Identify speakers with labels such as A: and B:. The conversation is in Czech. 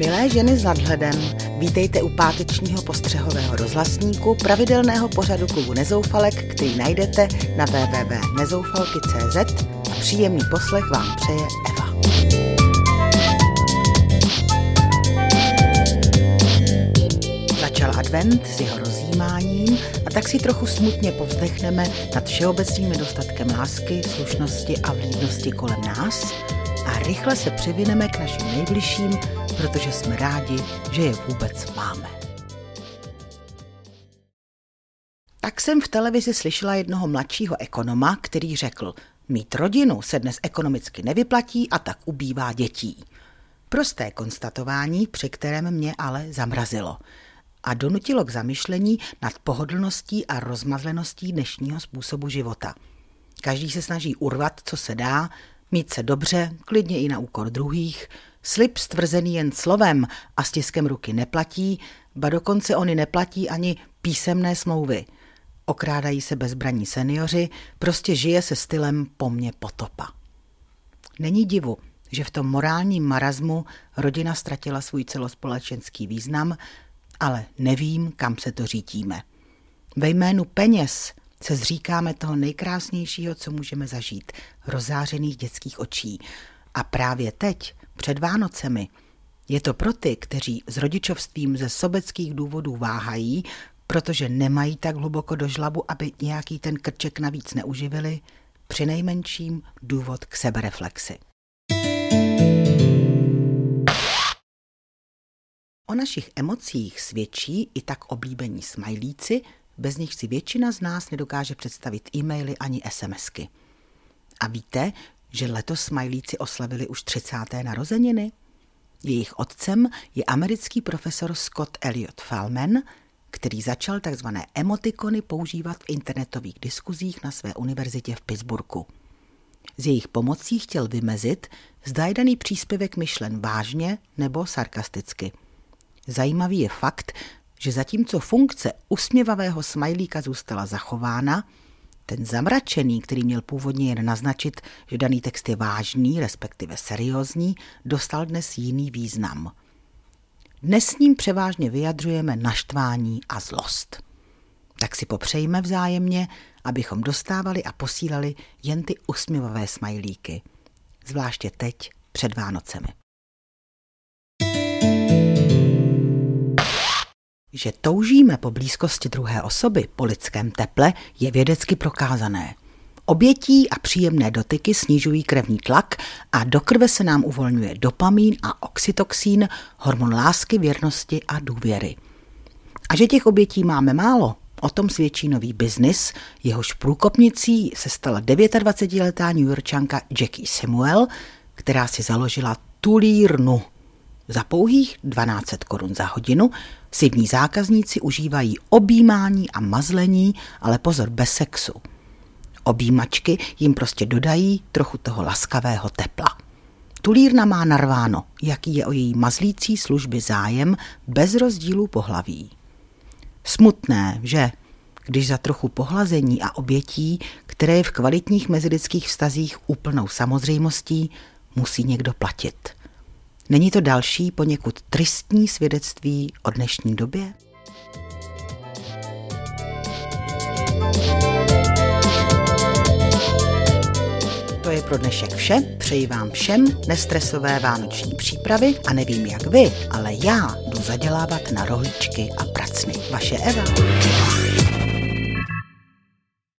A: Milé ženy s nadhledem, vítejte u pátečního postřehového rozhlasníku pravidelného pořadu klubu Nezoufalek, který najdete na www.nezoufalky.cz a příjemný poslech vám přeje Eva. Začal advent s jeho rozjímáním a tak si trochu smutně povzdechneme nad všeobecným nedostatkem lásky, slušnosti a vlídnosti kolem nás a rychle se přivineme k našim nejbližším, protože jsme rádi, že je vůbec máme. Tak jsem v televizi slyšela jednoho mladšího ekonoma, který řekl: mít rodinu se dnes ekonomicky nevyplatí a tak ubývá dětí. Prosté konstatování, při kterém mě ale zamrazilo a donutilo k zamyšlení nad pohodlností a rozmazleností dnešního způsobu života. Každý se snaží urvat, co se dá, mít se dobře, klidně i na úkor druhých, slib stvrzený jen slovem a stiskem ruky neplatí, ba dokonce oni neplatí ani písemné smlouvy. Okrádají se bezbraní seniori, prostě žije se stylem po mně potopa. Není divu, že v tom morálním marazmu rodina ztratila svůj celospolečenský význam, ale nevím, kam se to řítíme. Ve jménu peněz se zříkáme toho nejkrásnějšího, co můžeme zažít, rozzářených dětských očí. A právě teď, před Vánocemi, je to pro ty, kteří s rodičovstvím ze sobeckých důvodů váhají, protože nemají tak hluboko do žlabu, aby nějaký ten krček navíc neuživili, přinejmenším důvod k sebereflexi. O našich emocích svědčí i tak oblíbení smajlíci, bez nich si většina z nás nedokáže představit e-maily ani SMSky. A víte, že letos smajlíci oslavili už 30. narozeniny? Jejich otcem je americký profesor Scott Elliot Fahlman, který začal takzvané emotikony používat v internetových diskuzích na své univerzitě v Pittsburghu. S jejich pomocí chtěl vymezit, zda je daný příspěvek myšlen vážně nebo sarkasticky. Zajímavý je fakt, že zatímco funkce usměvavého smajlíka zůstala zachována, ten zamračený, který měl původně jen naznačit, že daný text je vážný, respektive seriózní, dostal dnes jiný význam. Dnes s ním převážně vyjadřujeme naštvání a zlost. Tak si popřejme vzájemně, abychom dostávali a posílali jen ty usměvavé smajlíky. Zvláště teď, před Vánocemi. Že toužíme po blízkosti druhé osoby, po lidském teple, je vědecky prokázané. Obětí a příjemné dotyky snižují krevní tlak a do krve se nám uvolňuje dopamin a oxytocin, hormon lásky, věrnosti a důvěry. A že těch obětí máme málo, o tom svědčí nový biznis, jehož průkopnicí se stala 29letá newyorčanka Jackie Samuel, která si založila tulírnu. Za pouhých 1200 korun za hodinu si v ní zákazníci užívají objímání a mazlení, ale pozor, bez sexu. Objímačky jim prostě dodají trochu toho laskavého tepla. Tulírna má narváno, jaký je o její mazlící služby zájem bez rozdílu pohlaví. Smutné, že? Když za trochu pohlazení a obětí, které je v kvalitních mezilidských vztazích úplnou samozřejmostí, musí někdo platit. Není to další poněkud tristní svědectví o dnešní době? To je pro dnešek vše. Přeji vám všem nestresové vánoční přípravy a nevím jak vy, ale já jdu zadělávat na rohlíčky a pracny. Vaše Eva.